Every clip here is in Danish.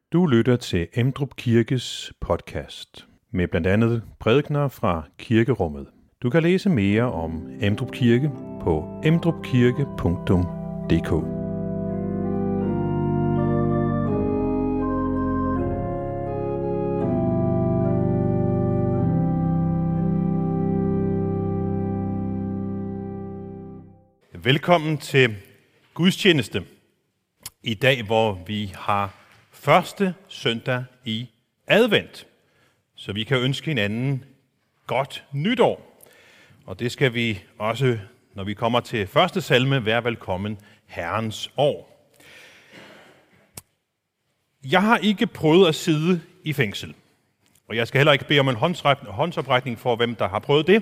Du lytter til Emdrup Kirkes podcast med blandt andet prædikener fra kirkerummet. Du kan læse mere om Emdrup Kirke på emdrupkirke.dk. Velkommen til gudstjeneste i dag, hvor vi har første søndag i advent. Så vi kan ønske hinanden godt nytår. Og det skal vi også, når vi kommer til første salme, være velkommen Herrens år. Jeg har ikke prøvet at sidde i fængsel. Og jeg skal heller ikke bede om en håndsoprækning for, hvem der har prøvet det.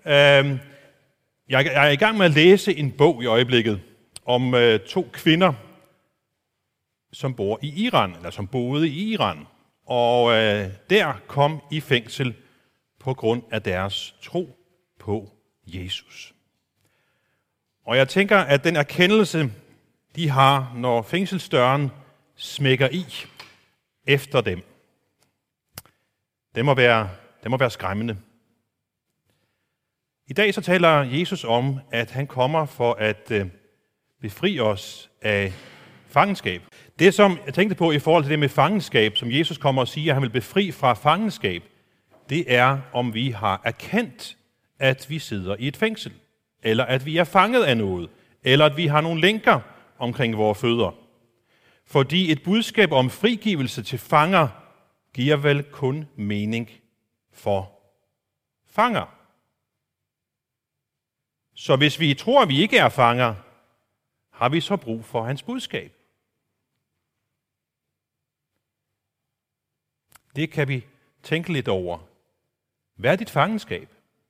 Jeg er i gang med at læse en bog i øjeblikket om to kvinder, som bor i Iran, eller som boede i Iran. Og der kom i fængsel på grund af deres tro på Jesus. Og jeg tænker, at den erkendelse, de har, når fængselsdøren smækker i efter dem, det må være skræmmende. I dag så taler Jesus om, at han kommer for at befri os af fangenskab. Det, som jeg tænkte på i forhold til det med fangenskab, som Jesus kommer og siger, at han vil befri fra fangenskab, det er, om vi har erkendt, at vi sidder i et fængsel, eller at vi er fanget af noget, eller at vi har nogle lænker omkring vores fødder. Fordi et budskab om frigivelse til fanger giver vel kun mening for fanger. Så hvis vi tror, at vi ikke er fanger, har vi så brug for hans budskab? Det kan vi tænke lidt over. Hvad er dit fangenskab?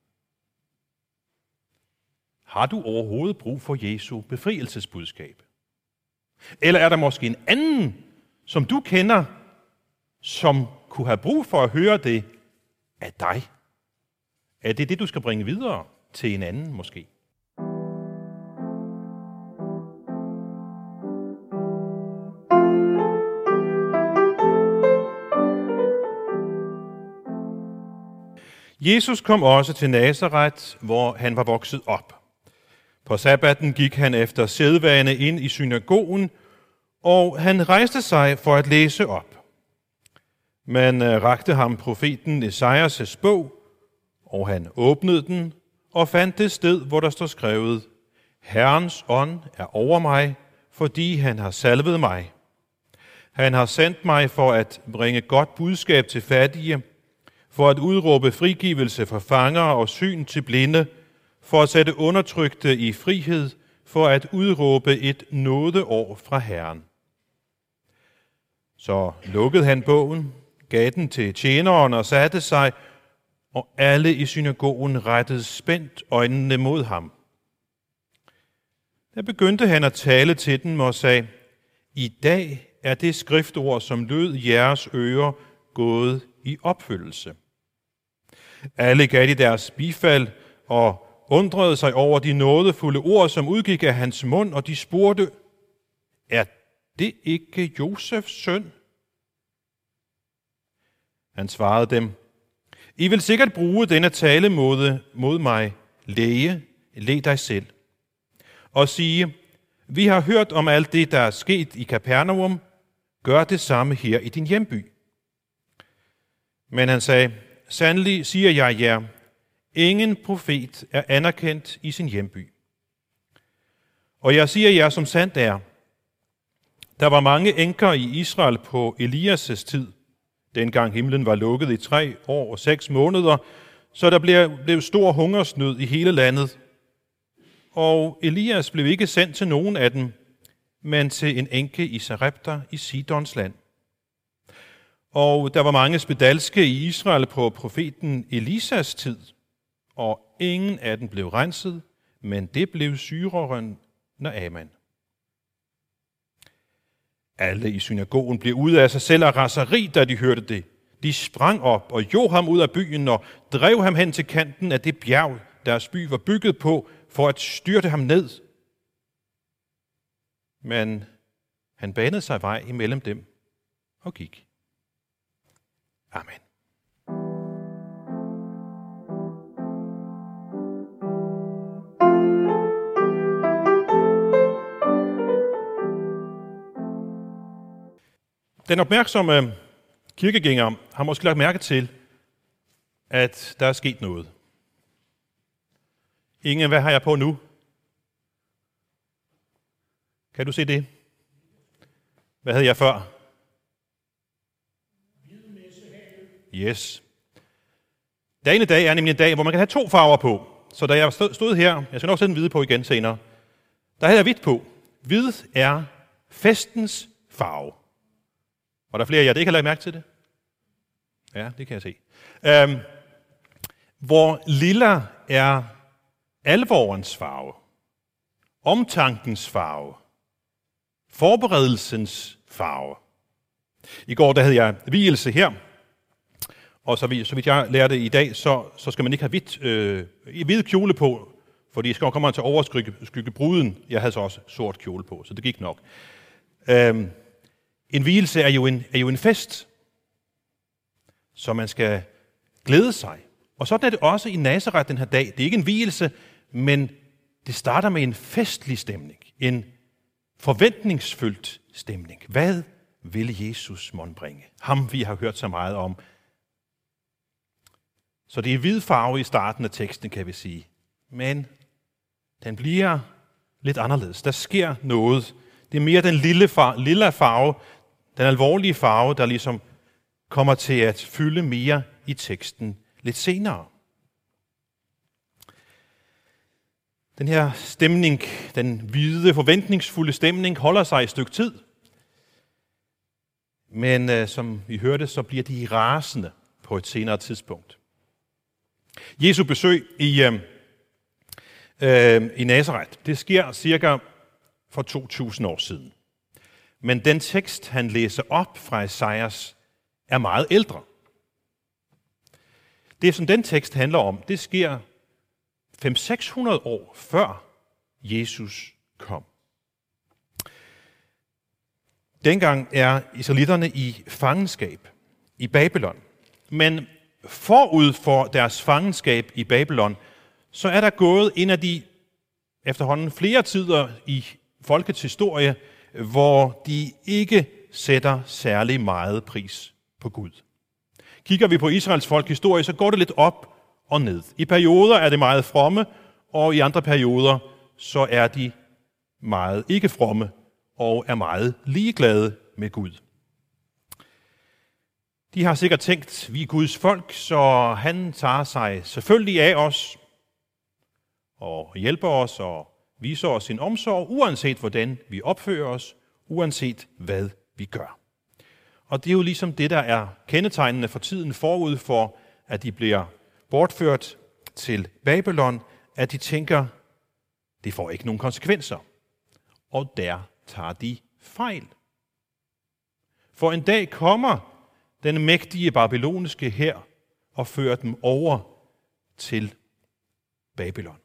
Har du overhovedet brug for Jesu befrielsesbudskab? Eller er der måske en anden, som du kender, som kunne have brug for at høre det af dig? Er det det, du skal bringe videre til en anden måske? Jesus kom også til Nazaret, hvor han var vokset op. På sabbaten gik han efter sædvane ind i synagogen, og han rejste sig for at læse op. Man rakte ham profeten Esajas' bog, og han åbnede den og fandt det sted, hvor der står skrevet: Herrens ånd er over mig, fordi han har salvet mig. Han har sendt mig for at bringe godt budskab til fattige, for at udråbe frigivelse for fanger og syn til blinde, for at sætte undertrykte i frihed, for at udråbe et nådeår fra Herren. Så lukkede han bogen, gav den til tjeneren og satte sig, og alle i synagogen rettede spændt øjnene mod ham. Der begyndte han at tale til dem og sagde: I dag er det skriftord, som lød i jeres ører, gået i opfyldelse. Alle gav de deres bifald og undrede sig over de nådefulde ord, som udgik af hans mund, og de spurgte: Er det ikke Josefs søn? Han svarede dem: I vil sikkert bruge denne talemåde mod mig, læge, læg dig selv, og sige: Vi har hørt om alt det, der er sket i Kapernaum, gør det samme her i din hjemby. Men han sagde: Sandelig siger jeg jer, ingen profet er anerkendt i sin hjemby. Og jeg siger jer, som sandt er, der var mange enker i Israel på Elias' tid, dengang himlen var lukket i 3 år og 6 måneder, så der blev stor hungersnød i hele landet. Og Elias blev ikke sendt til nogen af dem, men til en enke i Sarepta i Sidons land. Og der var mange spedalske i Israel på profeten Elisas tid, og ingen af dem blev renset, men det blev syreren Naaman. Alle i synagogen blev ude af sig selv af raseri, da de hørte det. De sprang op og jog ham ud af byen og drev ham hen til kanten af det bjerg, deres by var bygget på, for at styrte ham ned. Men han banede sig vej imellem dem og gik. Amen. Den opmærksomme kirkegænger har måske lagt mærke til, at der er sket noget. Inge, hvad har jeg på nu? Kan du se det? Hvad havde jeg før? Yes. Dagen i dag er nemlig en dag, hvor man kan have 2 farver på. Så da jeg stod her, jeg skal nok sætte den hvide på igen senere, der havde jeg hvidt på. Hvid er festens farve. Og der er flere af jer, der ikke har lagt mærke til det? Ja, det kan jeg se. Hvor lilla er alvorens farve, omtankens farve, forberedelsens farve. I går der havde jeg vielse her, og så vidt jeg lærte i dag, så skal man ikke have hvid kjole på, fordi så kommer man til at overskygge bruden. Jeg havde så også sort kjole på, så det gik nok. En vielse er jo en fest, så man skal glæde sig. Og sådan er det også i Nazaret den her dag. Det er ikke en vielse, men det starter med en festlig stemning. En forventningsfyldt stemning. Hvad vil Jesus mon bringe? Ham vi har hørt så meget om. Så det er hvid farve i starten af teksten, kan vi sige. Men den bliver lidt anderledes. Der sker noget. Det er mere den lille farve, den alvorlige farve, der ligesom kommer til at fylde mere i teksten lidt senere. Den her stemning, den hvide, forventningsfulde stemning, holder sig et stykke tid. Men som vi hørte, så bliver de rasende på et senere tidspunkt. Jesu besøg i Nazaret, det sker cirka for 2000 år siden. Men den tekst, han læser op fra Esajas, er meget ældre. Det, som den tekst handler om, det sker 500-600 år før Jesus kom. Dengang er israelitterne i fangenskab i Babylon. Men forud for deres fangenskab i Babylon, så er der gået en af de efterhånden flere tider i folkets historie, hvor de ikke sætter særlig meget pris på Gud. Kigger vi på Israels folkehistorie, så går det lidt op og ned. I perioder er det meget fromme, og i andre perioder så er de meget ikke fromme og er meget ligeglade med Gud. De har sikkert tænkt, vi er Guds folk, så han tager sig selvfølgelig af os og hjælper os og viser os sin omsorg, uanset hvordan vi opfører os, uanset hvad vi gør. Og det er jo ligesom det, der er kendetegnende for tiden forud for, at de bliver bortført til Babylon, at de tænker, det får ikke nogen konsekvenser. Og der tager de fejl. For en dag kommer den mægtige babyloniske hær og fører dem over til Babylon.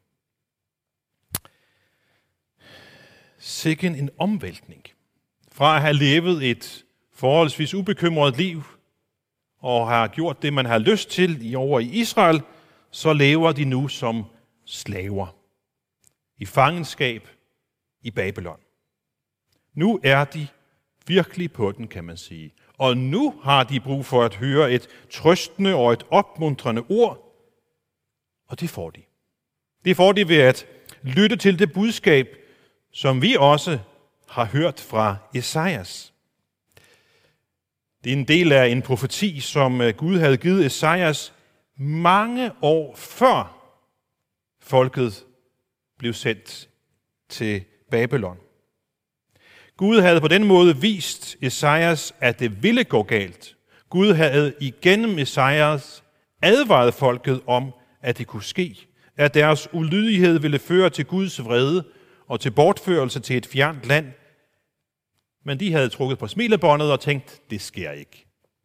Sikken en omvæltning. Fra at have levet et forholdsvis ubekymret liv og har gjort det, man har lyst til over i Israel, så lever de nu som slaver i fangenskab i Babylon. Nu er de virkelig på den, kan man sige. Og nu har de brug for at høre et trøstende og et opmuntrende ord, og det får de. Det får de ved at lytte til det budskab, som vi også har hørt fra Esajas. Det er en del af en profeti, som Gud havde givet Esajas mange år før folket blev sendt til Babylon. Gud havde på den måde vist Esajas, at det ville gå galt. Gud havde igennem Esajas advaret folket om, at det kunne ske, at deres ulydighed ville føre til Guds vrede og til bortførelse til et fjernt land. Men de havde trukket på smilebåndet og tænkt, det sker ikke.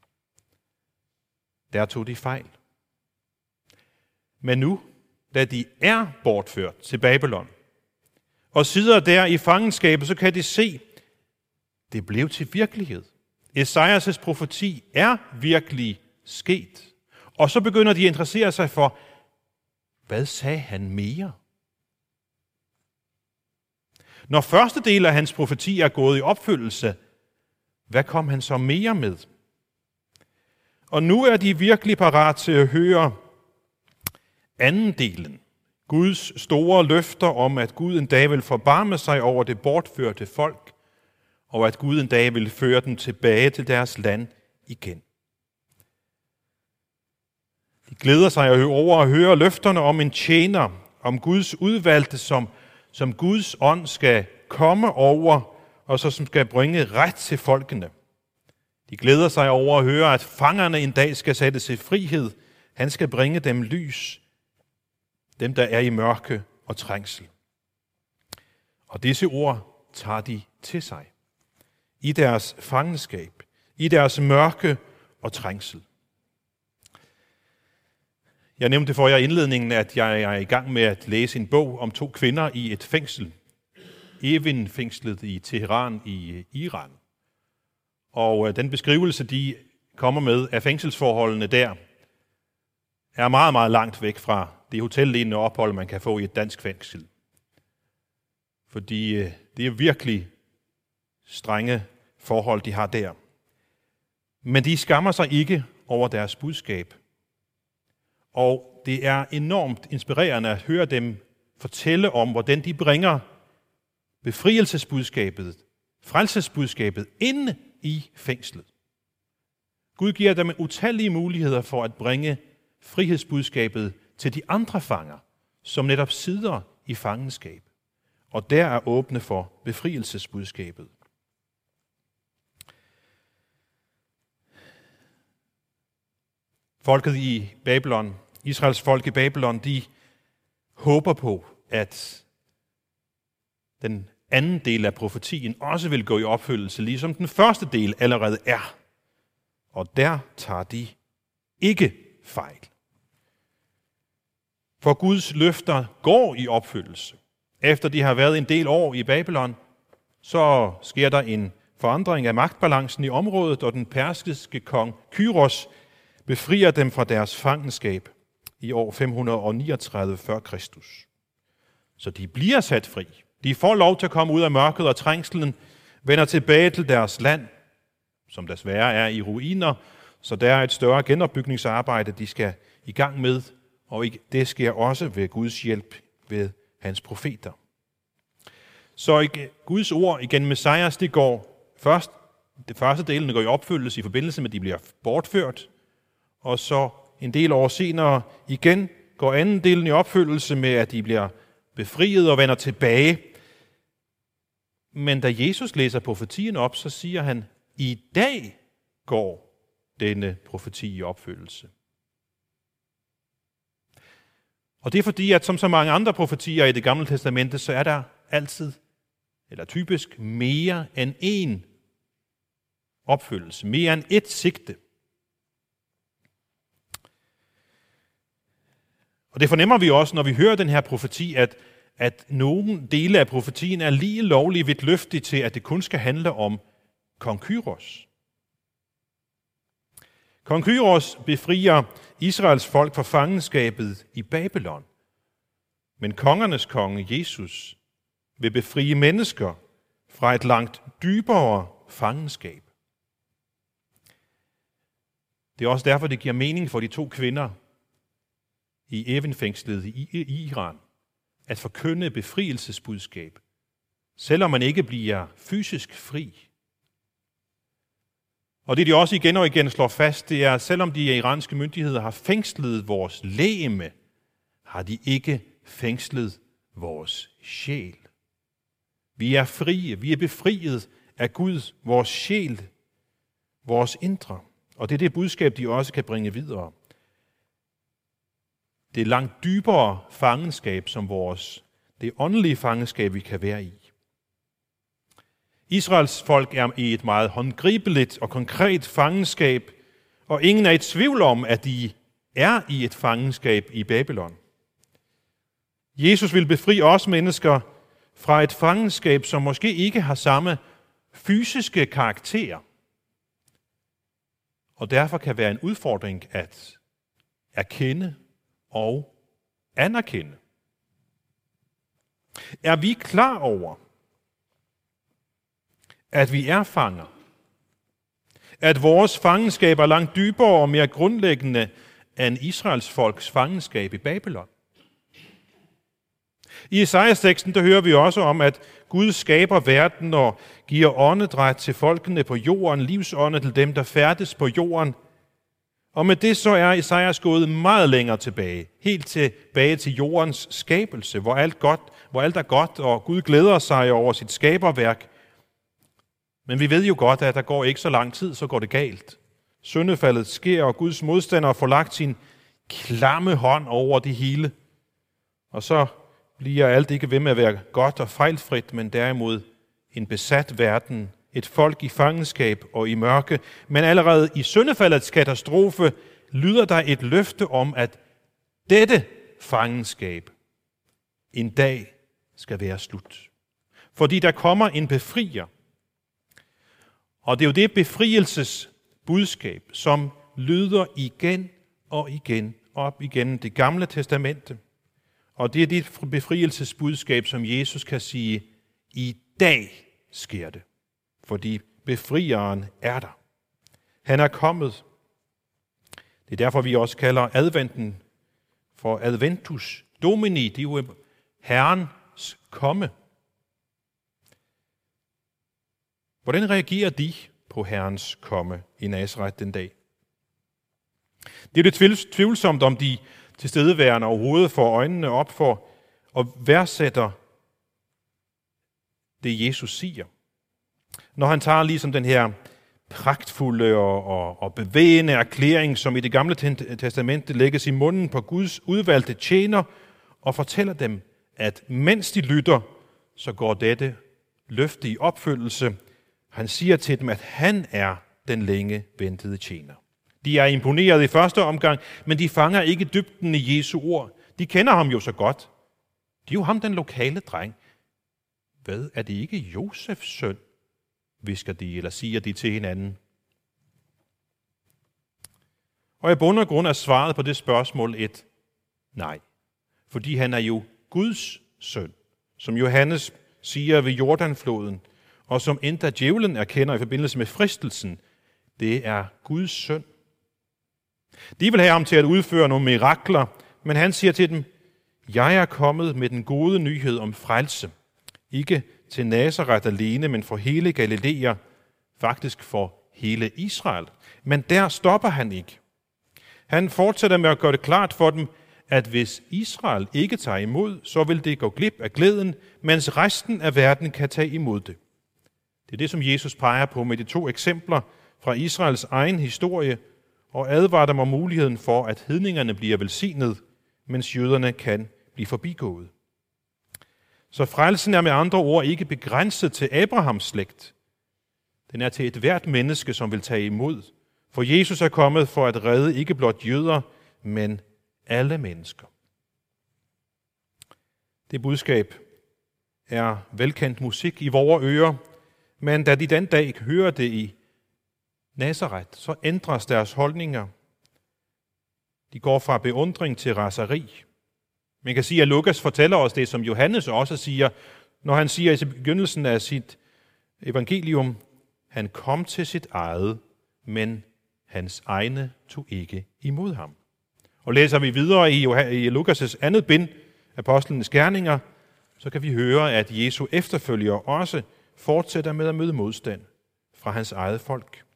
Der tog de fejl. Men nu, da de er bortført til Babylon, og sidder der i fangenskabet, så kan de se, det blev til virkelighed. Esajas' profeti er virkelig sket. Og så begynder de at interessere sig for, hvad sagde han mere? Når første del af hans profeti er gået i opfyldelse, hvad kom han så mere med? Og nu er de virkelig parat til at høre anden delen. Guds store løfter om, at Gud en dag vil forbarme sig over det bortførte folk, og at Gud en dag vil føre dem tilbage til deres land igen. De glæder sig over at høre løfterne om en tjener, om Guds udvalgte, som Guds ånd skal komme over, og så som skal bringe ret til folkene. De glæder sig over at høre, at fangerne en dag skal sættes i frihed. Han skal bringe dem lys, dem der er i mørke og trængsel. Og disse ord tager de til sig i deres fangenskab, i deres mørke og trængsel. Jeg nævnte for jer i indledningen, at jeg er i gang med at læse en bog om 2 kvinder i et fængsel. Evin-fængslet i Teheran i Iran. Og den beskrivelse, de kommer med af fængselsforholdene der, er meget, meget langt væk fra det hotellignende ophold, man kan få i et dansk fængsel. Fordi det er virkelig strenge forhold, de har der. Men de skammer sig ikke over deres budskab. Og det er enormt inspirerende at høre dem fortælle om, hvordan de bringer befrielsesbudskabet, frelsesbudskabet inde i fængslet. Gud giver dem utallige muligheder for at bringe frihedsbudskabet til de andre fanger, som netop sidder i fangenskab, og der er åbne for befrielsesbudskabet. Folket i Babylon, Israels folk i Babylon, de håber på, at den anden del af profetien også vil gå i opfyldelse, ligesom den første del allerede er. Og der tager de ikke fejl. For Guds løfter går i opfyldelse. Efter de har været en del år i Babylon, så sker der en forandring af magtbalancen i området, og den persiske kong Kyros befrier dem fra deres fangenskab i år 539 f.Kr. Så de bliver sat fri. De får lov til at komme ud af mørket og trængslen, vender tilbage til deres land, som desværre er i ruiner, så der er et større genopbygningsarbejde, de skal i gang med, og det sker også ved Guds hjælp ved hans profeter. Så Guds ord igennem Messias, det første delen går i opfyldelse i forbindelse med, at de bliver bortført, og så en del år senere igen går anden delen i opfyldelse med, at de bliver befriet og vender tilbage. Men da Jesus læser profetien op, så siger han, i dag går denne profeti i opfyldelse. Og det er fordi, at som så mange andre profetier i Det Gamle Testamente, så er der altid, eller typisk, mere end én opfyldelse, mere end ét sigte. Og det fornemmer vi også, når vi hører den her profeti, at nogle dele af profetien er lige lovligt vidtløftige til, at det kun skal handle om kong Kyros. Kong Kyros befrier Israels folk fra fangenskabet i Babylon. Men kongernes konge, Jesus, vil befrie mennesker fra et langt dybere fangenskab. Det er også derfor, det giver mening for de 2 kvinder i Evin-fængslet i Iran at forkynde befrielsesbudskab, selvom man ikke bliver fysisk fri. Og det de også igen og igen slår fast, det er, at selvom de iranske myndigheder har fængslet vores legeme, har de ikke fængslet vores sjæl. Vi er frie, vi er befriet af Gud, vores sjæl, vores indre. Og det er det budskab, de også kan bringe videre. Det er langt dybere fangenskab, som det åndelige fangenskab, vi kan være i. Israels folk er i et meget håndgribeligt og konkret fangenskab, og ingen er i tvivl om, at de er i et fangenskab i Babylon. Jesus vil befri os mennesker fra et fangenskab, som måske ikke har samme fysiske karakter, og derfor kan være en udfordring at erkende og anerkende. Er vi klar over, at vi er fanger? At vores fangenskab er langt dybere og mere grundlæggende end Israels folks fangenskab i Babylon? I Esajas-teksten der hører vi også om, at Gud skaber verden og giver åndedræt til folkene på jorden, livsånde til dem, der færdes på jorden. Og med det så er Esajas gået meget længere tilbage, helt tilbage til jordens skabelse, hvor alt er godt, og Gud glæder sig over sit skaberværk. Men vi ved jo godt, at der går ikke så lang tid, så går det galt. Syndefaldet sker, og Guds modstandere får lagt sin klamme hånd over det hele. Og så bliver alt ikke ved med at være godt og fejlfrit, men derimod en besat verden, et folk i fangenskab og i mørke. Men allerede i syndefaldets katastrofe lyder der et løfte om, at dette fangenskab en dag skal være slut. Fordi der kommer en befrier. Og det er jo det befrielsesbudskab, som lyder igen og igen op igennem det gamle testamente. Og det er det befrielsesbudskab, som Jesus kan sige, i dag sker det. Fordi befrieren er der. Han er kommet. Det er derfor, vi også kalder adventen for Adventus Domini. Det er jo Herrens komme. Hvordan reagerer de på Herrens komme i Nazaret den dag? Det er lidt tvivlsomt, om de tilstedeværende overhovedet får øjnene op for og værdsætter det, Jesus siger. Når han tager ligesom den her pragtfulde og bevægende erklæring, som i det gamle testamente lægges i munden på Guds udvalgte tjener, og fortæller dem, at mens de lytter, så går dette løfte i opfyldelse. Han siger til dem, at han er den længe ventede tjener. De er imponeret i første omgang, men de fanger ikke dybden i Jesu ord. De kender ham jo så godt. Det er jo ham, den lokale dreng. Hvad, er det ikke Josefs søn? Hvisker de, eller siger de til hinanden. Og i bund og grund er svaret på det spørgsmål et nej. Fordi han er jo Guds søn, som Johannes siger ved Jordanfloden, og som endda djævlen erkender i forbindelse med fristelsen. Det er Guds søn. De vil have ham til at udføre nogle mirakler, men han siger til dem, jeg er kommet med den gode nyhed om frelse. Ikke til Nazaret alene, men for hele Galilea, faktisk for hele Israel. Men der stopper han ikke. Han fortsætter med at gøre det klart for dem, at hvis Israel ikke tager imod, så vil det gå glip af glæden, mens resten af verden kan tage imod det. Det er det, som Jesus peger på med de 2 eksempler fra Israels egen historie, og advarer dem om muligheden for, at hedningerne bliver velsignet, mens jøderne kan blive forbigået. Så frelsen er med andre ord ikke begrænset til Abrahams slægt. Den er til et hvert menneske, som vil tage imod. For Jesus er kommet for at redde ikke blot jøder, men alle mennesker. Det budskab er velkendt musik i vores ører, men da de den dag hører det i Nazaret, så ændres deres holdninger. De går fra beundring til raseri. Man kan sige, at Lukas fortæller os det, som Johannes også siger, når han siger i begyndelsen af sit evangelium, han kom til sit eget, men hans egne tog ikke imod ham. Og læser vi videre i Lukas' andet bind, Apostlenes Gerninger, så kan vi høre, at Jesu efterfølgere også fortsætter med at møde modstand fra hans eget folk.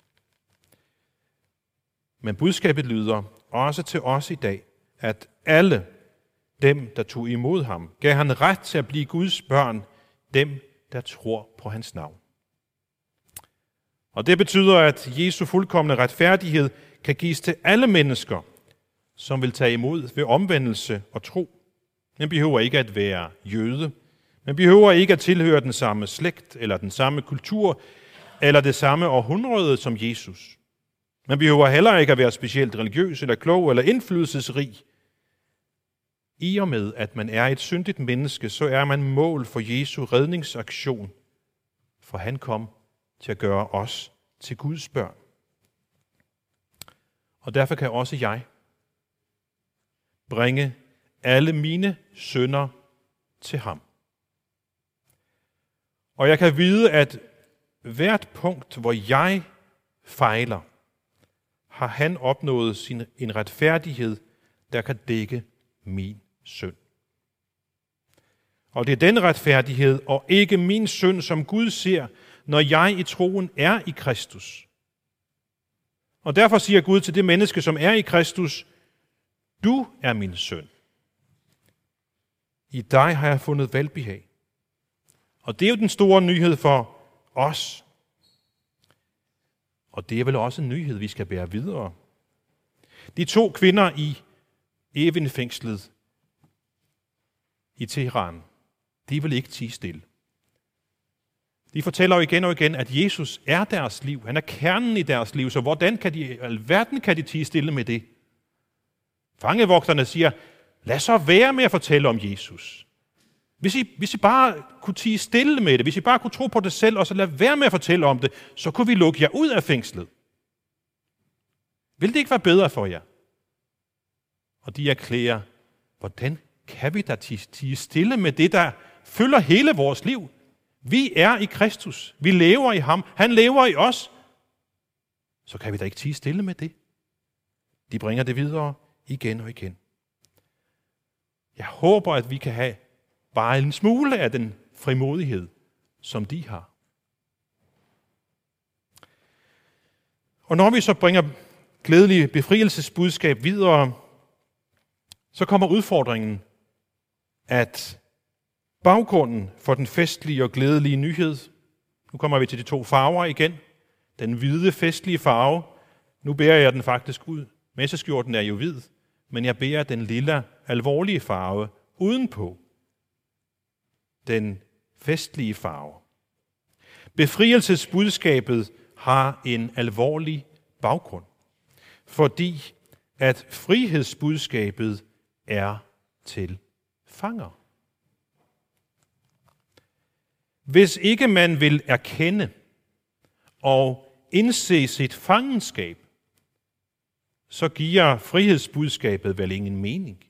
Men budskabet lyder også til os i dag, at alle dem, der tog imod ham, gav han ret til at blive Guds børn, dem, der tror på hans navn. Og det betyder, at Jesu fuldkomne retfærdighed kan gives til alle mennesker, som vil tage imod ved omvendelse og tro. Man behøver ikke at være jøde. Man behøver ikke at tilhøre den samme slægt, eller den samme kultur, eller det samme århundrede som Jesus. Man behøver heller ikke at være specielt religiøs, eller klog, eller indflydelsesrig. I og med, at man er et syndigt menneske, så er man mål for Jesu redningsaktion, for han kom til at gøre os til Guds børn. Og derfor kan også jeg bringe alle mine synder til ham. Og jeg kan vide, at hvert punkt, hvor jeg fejler, har han opnået en retfærdighed, der kan dække min synd. Og det er den retfærdighed, og ikke min synd, som Gud ser, når jeg i troen er i Kristus. Og derfor siger Gud til det menneske, som er i Kristus, du er min søn. I dig har jeg fundet velbehag. Og det er jo den store nyhed for os. Og det er vel også en nyhed, vi skal bære videre. De 2 kvinder i Evin-fængslet i Teheran, de vil ikke tie stille. De fortæller jo igen og igen, at Jesus er deres liv. Han er kernen i deres liv, så hvordan kan alverden kan de tie stille med det? Fangevogterne siger, lad så være med at fortælle om Jesus. Hvis I bare kunne tie stille med det, hvis I bare kunne tro på det selv, og så lad være med at fortælle om det, så kunne vi lukke jer ud af fængslet. Vil det ikke være bedre for jer? Og de erklærer, hvordan kan vi da tie stille med det, der fylder hele vores liv? Vi er i Kristus. Vi lever i ham. Han lever i os. Så kan vi da ikke tie stille med det. De bringer det videre igen og igen. Jeg håber, at vi kan have bare en smule af den frimodighed, som de har. Og når vi så bringer glædelige befrielsesbudskab videre, så kommer udfordringen, at baggrunden for den festlige og glædelige nyhed, nu kommer vi til de 2 farver igen, den hvide festlige farve, nu bærer jeg den faktisk ud. Messeskjorten er jo hvid, men jeg bærer den lille alvorlige farve udenpå. Den festlige farve. Befrielsesbudskabet har en alvorlig baggrund, fordi at frihedsbudskabet er til fanger. Hvis ikke man vil erkende og indse sit fangenskab, så giver frihedsbudskabet vel ingen mening.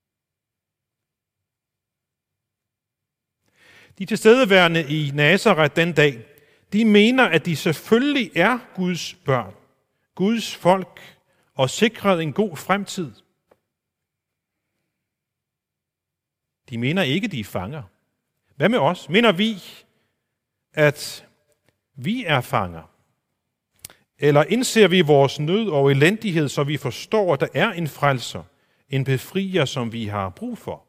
De tilstedeværende i Nazaret den dag, de mener, at de selvfølgelig er Guds børn, Guds folk og sikret en god fremtid. De mener ikke, de er fanger. Hvad med os? Mener vi, at vi er fanger? Eller indser vi vores nød og elendighed, så vi forstår, at der er en frelser, en befrier, som vi har brug for?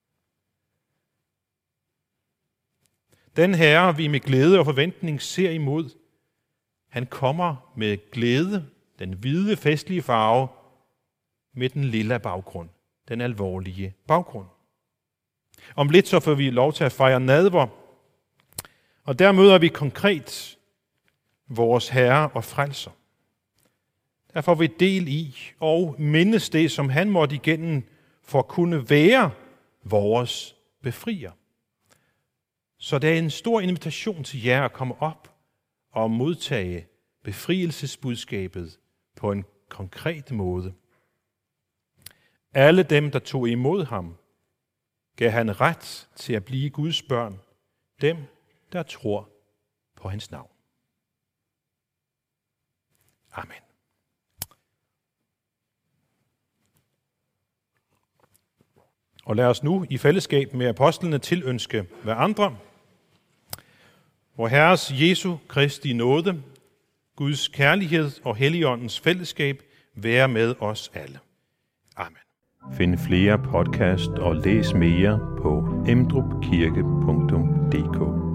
Den Herre, vi med glæde og forventning ser imod, han kommer med glæde, den hvide festlige farve, med den lille baggrund, den alvorlige baggrund. Om lidt så får vi lov til at fejre nadver, og der møder vi konkret vores Herre og Frelser. Der får vi del i og mindes det, som han måtte igennem for at kunne være vores befrier. Så det er en stor invitation til jer at komme op og modtage befrielsesbudskabet på en konkret måde. Alle dem, der tog imod ham, gav han ret til at blive Guds børn, dem, der tror på hans navn. Amen. Og lad os nu i fællesskab med apostlene tilønske hverandre, vor Herres Jesu Kristi nåde, Guds kærlighed og Helligåndens fællesskab være med os alle. Amen. Find flere podcast og læs mere på emdrupkirke.dk.